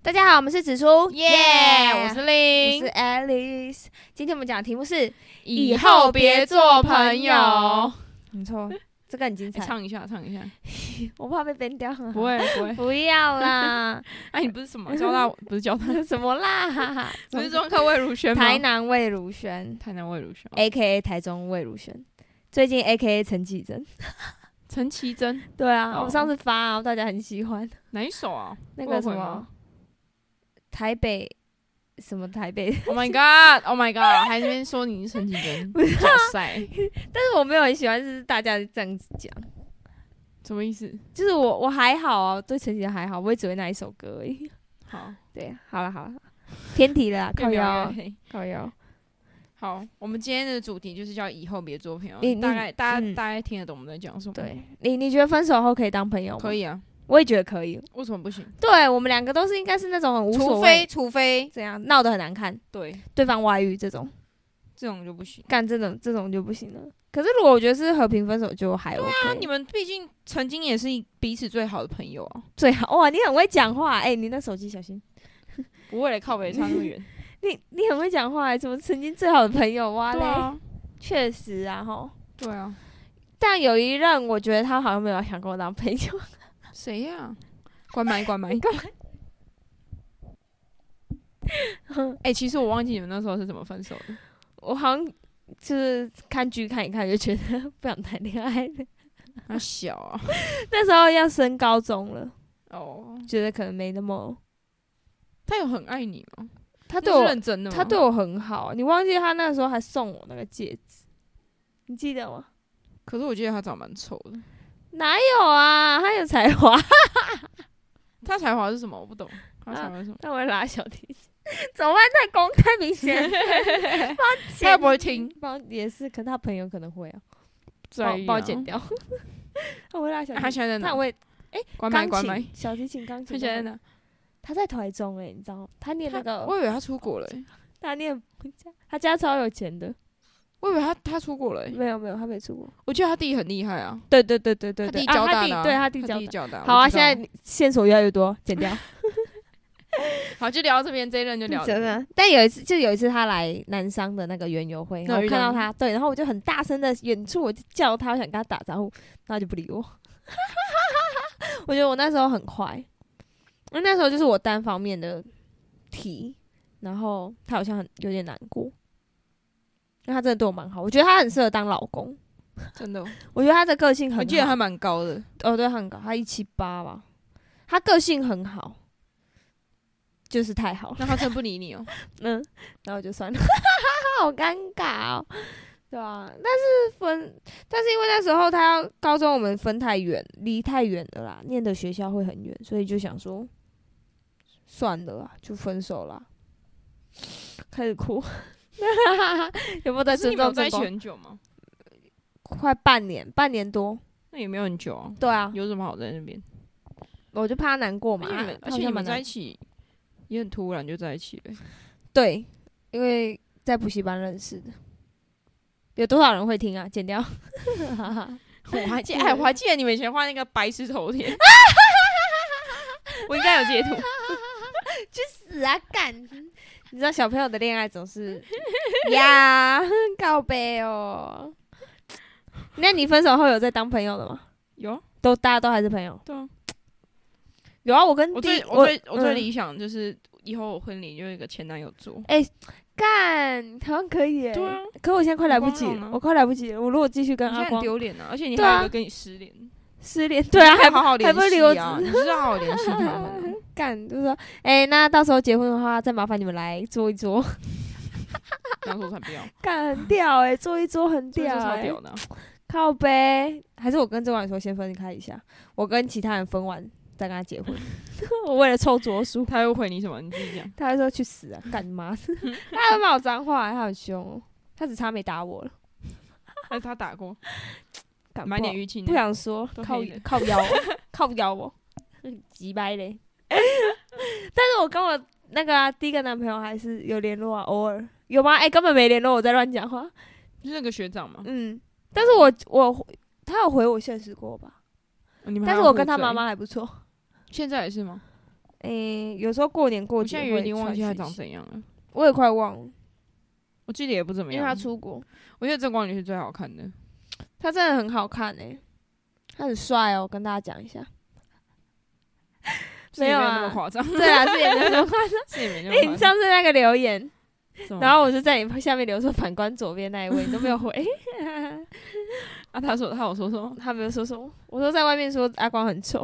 大家好，我们是紫苏， 耶、我是我是 Lin， Alice。今天我们讲的题目是以后别做朋友。 没错，这个很精彩。 唱一下， 我怕被 ban 掉。 不会， 不要啦。 哎，你不是什么交大，不是交大， 什么啦？ 不是中科魏如萱吗？ 台南魏如萱台南魏如萱 ，A.K.A 台中魏如萱，最近 A.K.A 陈绮贞。 陈绮贞， 对啊， 哦我上次发啊，大家很喜欢。 哪一首啊？ 那个什么我有回吗台北什么台北， ？Oh my god，Oh my god，还在那边说你是陈绮贞，假赛， 但是我没有很喜欢，就是大家这样子讲。 什么意思？ 就是我还好啊，对陈绮贞还好，我也只会那一首歌而已。 好， 对，好了，偏题了啦，靠腰啊， 黑靠腰。 好，我们今天的主题就是叫以后别做朋友。 你大概大嗯家听得懂我们在讲什么？， 对你觉得分手后可以当朋友吗？ 可，以啊， 我也觉得可以。 为什么不行？ 对我们两个都是应该是那种很无所谓， 除非这样闹得很难看， 对对方外遇这种， 这种就不行。 干这种就不行了。可是如果我觉得是和平分手就还 OK， 啊，你们毕竟曾经也是彼此最好的朋友啊， 最好哇，你很会讲话，你那手机小心。 不会来靠北差那么远。 你很会讲话，怎么曾经最好的朋友哇嘞？ 对啊， 确实啊吼。 对啊， 但有一任，我觉得他好像没有想跟我当朋友。 谁呀？关麦。哎，其实我忘记你们那时候是怎么分手的。 我好像就是看剧看一看，就觉得不想谈恋爱了。 他小啊， 那时候要升高中了， 哦， 觉得可能没那么。 他有很爱你吗？ 他对我那是认真的吗？ 他对我很好，你忘记他那时候还送我那个戒指，你记得吗？ 可是我记得他长蛮丑的。 哪有啊，他有才华。 他才华是什么？我不懂。他才华是什么？ 那我会拉小提琴，怎么办？太明显。 他又不会听， 也是，可他朋友可能会啊， 在意啊帮我剪掉。他会拉小提琴， 他现在在哪他很会关麦钢琴、小提琴、钢琴。 他现在在哪？ 他在台中你知道吗？他念那个， 我以为他出国了他念他家超有钱的。 我以为他出国了没有，他没出国。 我记得他弟很厉害啊。 对， 他弟交大的啊， 他弟交大。 好啊， 我知道现在线索越来越多，剪掉。 好，就聊到这边，这一任就聊到这边。 真的。但有一次他来南商的那个园游会，然后我看到他，对，然后我就很大声的远处我就叫他，我想跟他打招呼，他就不理我。我觉得我那时候很坏，因为那时候就是我单方面的提，然后他好像有点难过，因为他真的对我蛮好，我觉得他很适合当老公， 真的。 我觉得他的个性很好， 我记得他蛮高的， 哦，对，很高，他178吧，他个性很好，就是太好了， 那他真不理你哦。 然后就算了，好尴尬哦。对啊，但是因为那时候他高中我们分太远，离太远了啦，念的学校会很远，所以就想说算了啦，就分手啦。开始哭，有没有在尊重在一起正宫？ 很久吗？ 快半年多。 那也没有很久啊。 对啊， 有什么好在那边？ 我就怕他难过嘛。 而且你们在一起也很突然就在一起了。 对，因为在补习班认识的。有多少人会听啊？剪掉。 我还记得你们以前画那个白石头贴，我应该有截图。 去死啊！干！你知道小朋友的恋爱总是呀，告白哦。那你分手后有在当朋友的吗？ 有啊， 大家都还是朋友。 对啊， 有啊，我最理想就是以后我婚礼就有一个前男友做。 干，好像可以耶。 对啊， 可我现在快来不及了，我快来不及了。我如果继续跟阿光， 丢脸啊！而且你还有一个跟你失联， 对啊， 还好好联还不离我系啊！你就是要好好联系他们。 干，就是说，那到时候结婚的话，再麻烦你们来坐一桌。 那时候才不要， 干很屌坐一桌很屌超屌的啊。 靠背，还是我跟周婉说先分开一下，我跟其他人分完再跟他结婚。我为了凑桌数， 他又回你什么？你自己讲。 他还说去死啊，干妈！他还骂我脏话，他很凶哦，他只差没打我了。 还是他打过？ 干买点淤青。 不想说，靠腰我，急掰嘞。但是我跟我那个第一个男朋友还是有联络啊，偶尔有吗？根本没联络，我在乱讲话。 就是那个学长嘛。 但是他有回我现实过吧？但是我跟他妈妈还不错。 现在也是吗？ 有时候过年过我现在有节点忘记他会传讯息， 长怎样了， 我也快忘了， 我记得也不怎么样。 因为他出国， 我觉得郑光宇是最好看的。 他真的很好看他很帅哦，跟大家讲一下。 是也没有没有啊那么夸张， 对啊，是也没有那么夸张。 是也没那么夸你张。 上次那个留言， 什么然后我就在你下面留说反观左边那一位，你都没有回。 啊，他有说什么？ 他没有说什么，我都在外面说阿光很丑，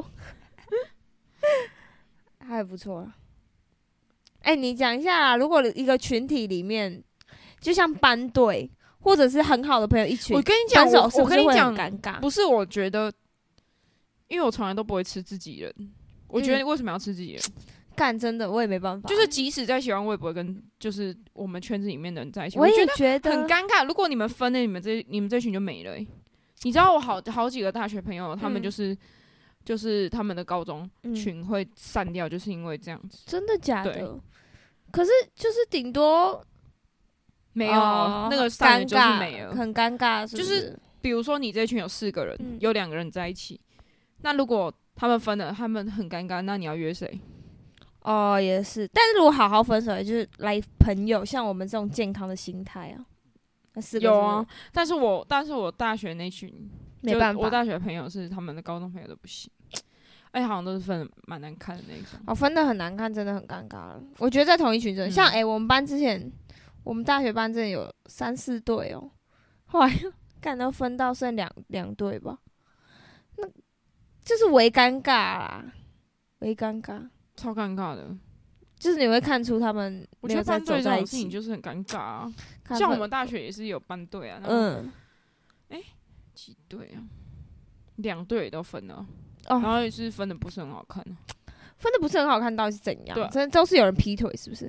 还不错啊。你讲一下啦，如果一个群体里面，就像班队或者是很好的朋友一群， 我跟你讲， 分手是不是会我跟你讲， 很尴尬？ 不是，我觉得，因为我从来都不会吃自己人。我觉得为什么要吃自己人？ 干真的我也没办法， 就是即使再喜欢，我也不会跟就是我们圈子里面的人在一起。 我也觉觉得很尴尬。如果你们分了，你们这群就没了你知道我好几个大学朋友，他们就是他们的高中群会散掉，就是因为这样子。 真的假的？可是就是顶多没有那个散了就是没了， 很尴尬是不是？ 就是比如说你这一群有4个人，有2个人在一起，那如果他们分了，他们很尴尬，那你要约谁？ 哦，也是。但是如果好好分手，也就是来朋友，像我们这种健康的心态啊，那4个有啊。但是我大学那群没办法， 我大学朋友是他们的高中朋友都不行，而且好像都是分的蛮难看的那种。 哦，分的很难看，真的很尴尬了。我觉得在同一群人，像我们班之前，我们大学班真的有3、4对哦，后来干到分到剩两对吧，那就是微尴尬啦，微尴尬， 超尴尬的。 就是你会看出他们没有在走在一起。 我觉得班队这种事情就是很尴尬啊。像我们大学也是有班队啊，几队啊？2队都分了，然后也是分的不是很好看分的不是很好看，到底是怎样？ 对， 真的都是有人劈腿，是不是？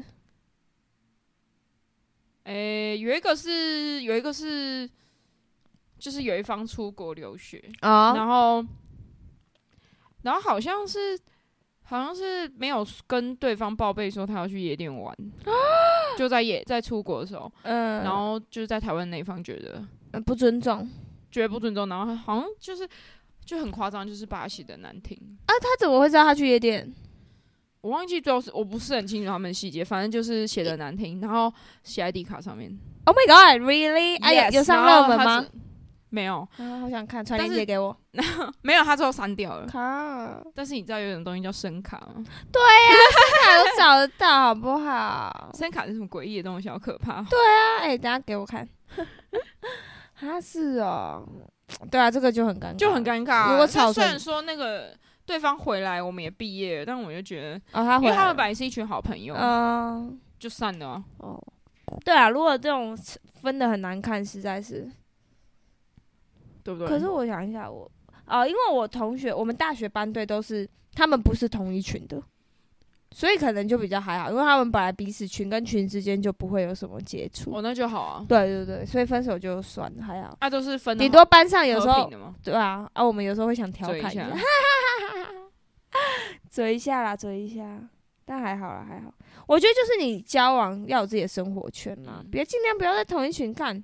有一个是，就是有一方出国留学然后好像是没有跟对方报备说他要去夜店玩，就在出国的时候，然后就是在台湾那一方觉得不尊重， 觉得不尊重，然后好像就很夸张，就是把他写的难听啊。他怎么会知道他去夜店？ 我忘记最后我不是很清楚他们的细节，反正就是写的难听，然后写在 D 卡上面。 Oh my god, really？ 有上热门吗？ 没有啊，好想看，传链接给我。 没有，他最后删掉了。但是你知道有种东西叫声卡吗？ 对呀，声卡都找得到，好不好？ 声卡是什么诡异的东西，好可怕。 对啊，等一下给我看。是哦，对啊，这个就很尴尬，如果吵成， 虽然说那个对方回来，我们也毕业了，但我就觉得， 他回来了， 因为他们本来是一群好朋友，就散了。 对啊，如果这种分得很难看，实在是。 对不对？ 可是我想一下，因为我们大学班队都是他们不是同一群的，所以可能就比较还好，因为他们本来彼此群跟群之间就不会有什么接触。 那就好啊。 对，所以分手就算了，还好。 都是分的。 顶多班上有时候，对啊，我们有时候会想调侃一下，嘴一下啦，嘴一下。但还好啦，还好。我觉得就是你交往要有自己的生活圈啦，尽量不要在同一群干。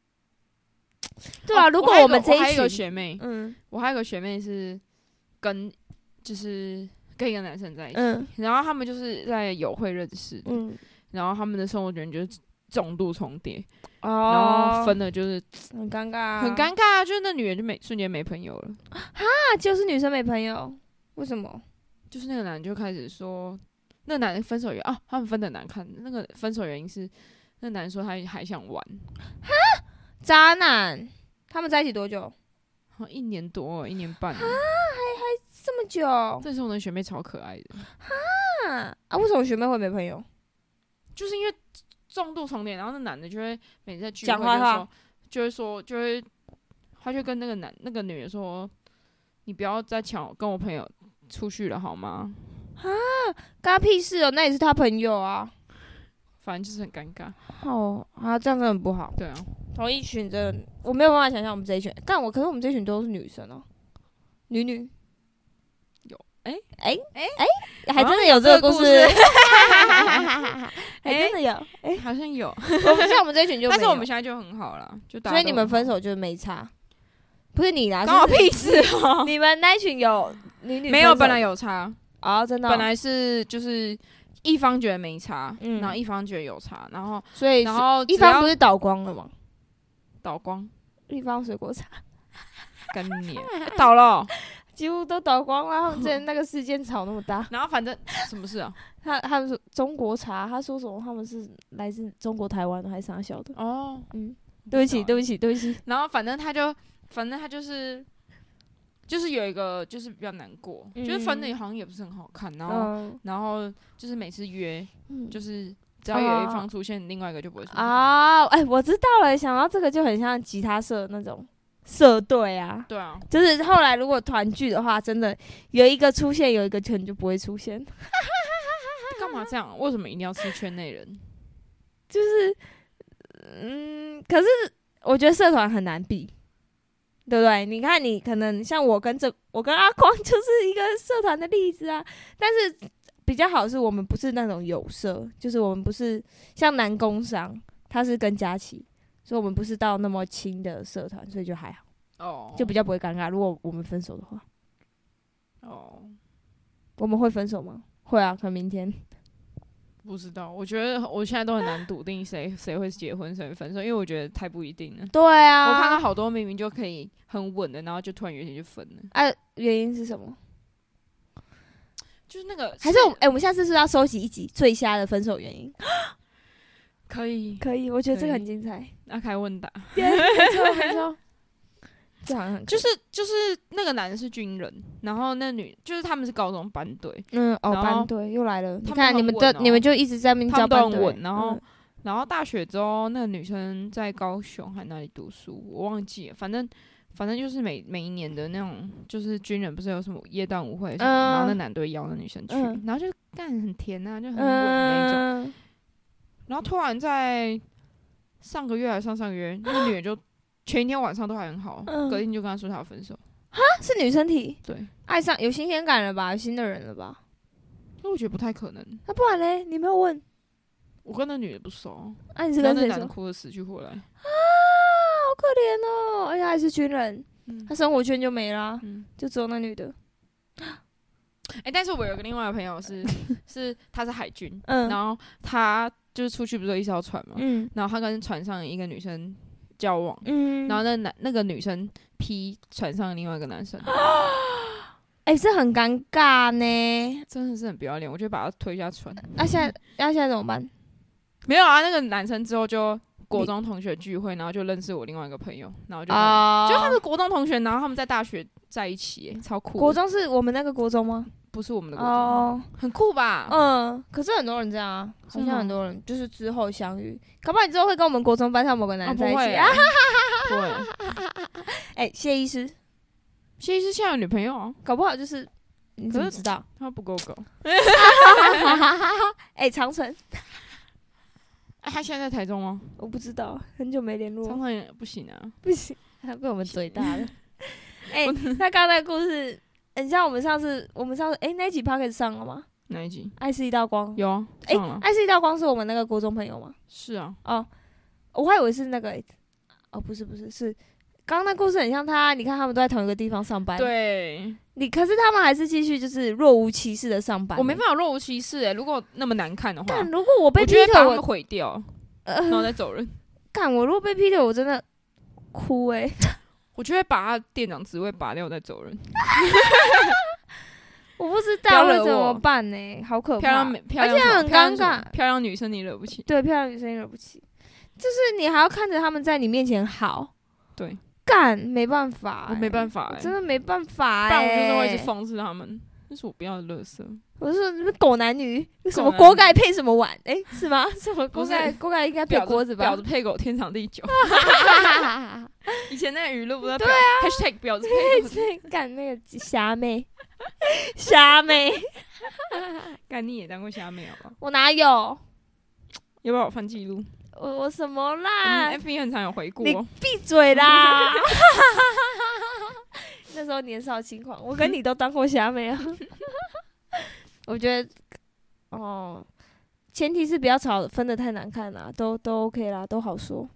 对啊，如果我们这一群， 我还有一个学妹，我还有一个学妹是跟一个男生在一起，然后他们就是在友会认识的，然后他们的生活圈就是重度重叠，然后分的就是很尴尬， 很尴尬，就是那女人就瞬间没朋友了。 就是女生没朋友，为什么？ 就是那个男人就开始说，那个男人分手原因他们分的难看，那个分手原因是那个男人说他还想玩。 渣男，他们在一起多久 ？1年多，1年半。还这么久？ 这时候我的学妹超可爱的。 为什么学妹会没朋友？ 就是因为重度重叠，然后那男的就会每次在聚会他就跟那个女的说，你不要再跟我朋友出去了好吗？ 干他屁事哦，那也是他朋友啊。 反正就是很尴尬。 这样真的很不好。 对啊， 同一群真的，我没有办法想象我们这一群。可是我们这一群都是女生哦，女有， 还真的有这个故事，还真的有， 好像有。 像我们这一群就没有， 但是我们现在就很好了， 所以你们分手就没差，不是你啦， 关我屁事哦。 你们那一群有女没有，本来有差。 真的本来是就是一方觉得没差，然后一方觉得有差，然后一方不是倒光了吗？ 倒光， 一方水果茶跟你倒了。 几乎都倒光了，他们之前那个事件吵那么大。 然后反正什么事啊？ 他们说中国茶，他说什么他们是来自中国台湾的还是啥小的？对不起。 然后反正他就是有一个就是比较难过，就是分的好像也不是很好看，然后就是每次约，就是只要有一方出现，另外一个就不会出现。 我知道了，想到这个就很像吉他社那种。社队啊， 对啊， 就是后来如果团聚的话，真的有一个出现，有一个可能就不会出现。 干嘛这样？为什么一定要吃圈内人？ 就是，可是我觉得社团很难比，对不对？你看，你可能像我跟阿光就是一个社团的例子啊。但是比较好是我们不是那种有社，就是我们不是像南工商，他是跟佳琪。所以我们不是到那么亲的社团，所以就还好，就比较不会尴尬。如果我们分手的话，我们会分手吗？会啊，可能明天。 不知道，我觉得我现在都很难笃定谁会结婚，谁会分手，因为我觉得太不一定了。 对啊， 我看到好多明明就可以很稳的，然后就突然有一天就分了。 原因是什么？ 就是那个， 还是我们下次是要收集一集最瞎的分手原因？ 可以， 我觉得这个很精彩。 那开问答， 对，没错，这好像很就是那个男的是军人，然后那女就是他们是高中班队， 班队又来了。你看你们就一直在那边叫班队， 然后大学之后那个女生在高雄还哪里读书，我忘记了，反正就是每一年的那种，就是军人不是有什么耶诞舞会，然后那男队邀那女生去，然后就干很甜啊，就很稳的那种。然后突然在上个月还是上个月，那女人就前一天晚上都还很好，隔天就跟他说他要分手。 是女生提？ 对， 爱上有新鲜感了吧，有新的人了吧？ 那我觉得不太可能。 那不然嘞？你没有问？ 我跟那女的不熟。 你是跟谁熟？ 那男的哭得死去活来。 好可怜哦！而且还是军人，他生活圈就没了，就只有那女的。 但是我有个另外的朋友是他是海军，然后他就是出去不是一艘船嘛，然后他跟船上一个女生交往，然后那个女生劈船上另外一个男生， 这很尴尬呢， 真的是很不要脸，我就把他推下船。 现在怎么办？ 没有啊，那个男生之后就国中同学聚会，然后就认识我另外一个朋友，然后就他们国中同学，然后他们在大学在一起，超酷。 国中是我们那个国中吗？ 不是我们的国中，很酷吧？ 可是很多人这样啊，好像很多人就是之后相遇，搞不好你之后会跟我们国中班上某个男人在一起啊。 不会。 谢医师现在有女朋友啊？ 搞不好就是你怎么知道？ 他不够狗。 长城。 他现在在台中吗？ 我不知道，很久没联络。 长城也不行啊， 不行，他被我们嘴大了。他刚刚那个故事。很像我们上次那一集 podcast 上了吗？ 哪一集？ 爱是一道光。 有啊，上了。 爱是一道光是我们那个国中朋友吗？ 是啊。 我还以为是那个不是，是刚刚那故事很像他。你看他们都在同一个地方上班。 对。 可是他们还是继续就是若无其事的上班。 我没办法若无其事如果那么难看的话， 干，如果我被劈腿， 把他们毁掉，然后再走人。 干，我如果被劈腿，我真的哭我就会把他店长职位拔掉再走人。 我不知道会怎么办好可怕，而且很尴尬。 漂亮女生你惹不起， 对，漂亮女生你惹不起，就是你还要看着他们在你面前好， 对， 干没办法， 我没办法真的没办法但我就是会一直讽刺他们，那是我不要的垃圾。 我说你们狗男女，什么锅盖配什么碗？是吗？什么锅盖应该配锅子吧？ 婊子配狗，天长地久。以前那个语录不是对啊 ，#婊子配狗子， 干那个虾妹， 干你也当过虾妹好不好？ 我哪有？ 要不要我翻记录？ 我什么啦 ？FB 很常有回顾。 你闭嘴啦！那时候年少轻狂，我跟你都当过虾妹啊。我觉得，前提是不要吵分得太难看啦，都 OK 啦，都好说。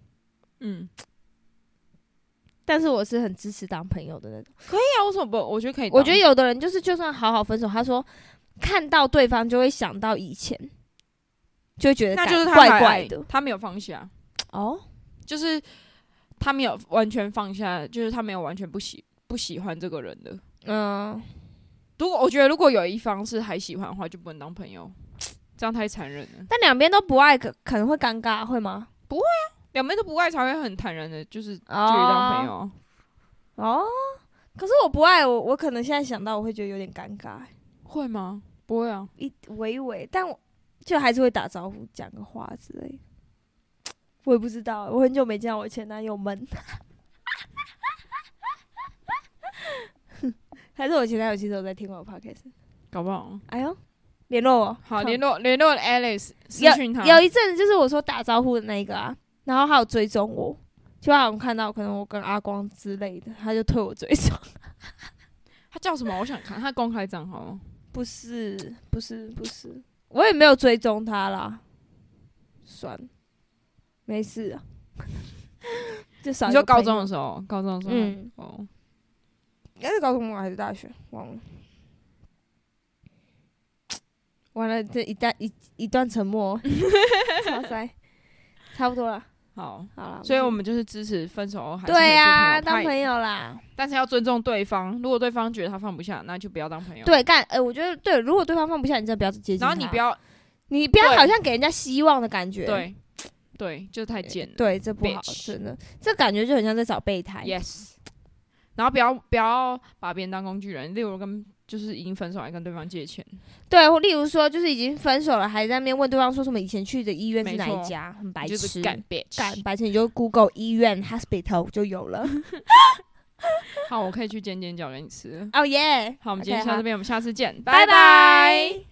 但是我是很支持当朋友的那种。 可以啊，为什么不？我觉得可以。 我觉得有的人就是就算好好分手，他说看到对方就会想到以前，就会觉得那就是他怪怪的。 他没有放下哦， 就是他没有完全放下，就是他没有完全不喜欢这个人的。我觉得如果有一方是还喜欢的话，就不能当朋友，这样太残忍了。 但两边都不爱，可能会尴尬，会吗？ 不会啊，两边都不爱才会很坦然的，就是继续当朋友。 哦，可是我不爱我可能现在想到我会觉得有点尴尬。 会吗？不会啊， 微，但我就还是会打招呼，讲个话之类的。我也不知道，我很久没见到我前男友们。还是我前男友其实有在听我的 podcast， 搞不好。 哎呦，联络我， 好，联络 Alex， 私讯他。 有一阵子就是我说打招呼的那个啊，然后他有追踪我，就好像看到可能我跟阿光之类的，他就退我追踪。 他叫什么？我想看他公开账号吗？ 不是，我也没有追踪他啦。算了，没事啊。就少一个。 你说高中的时候，哦。 应该是高中还是大学，忘了。完了，这一段沉默，哇塞，差不多了。 好了， 所以我们就是支持分手后还是对啊，当朋友啦。 但是要尊重对方，如果对方觉得他放不下，那就不要当朋友。 对，我觉得对，如果对方放不下，你真的不要接近他。 然后你不要好像给人家希望的感觉。 对，就太贱了。 对，这不好，真的，这感觉就很像在找备胎。 Yes。然后不要把别人当工具人，例如就是已经分手还跟对方借钱， 对，或例如说就是已经分手了，还在那边问对方说什么以前去的医院是哪一家，很白痴， 就是干白痴，你就 Google 医院 hospital 就有了。 好，我可以去煎煎饺给你吃。 哦耶！ 好，我们今天到这边，我们下次见， 拜拜。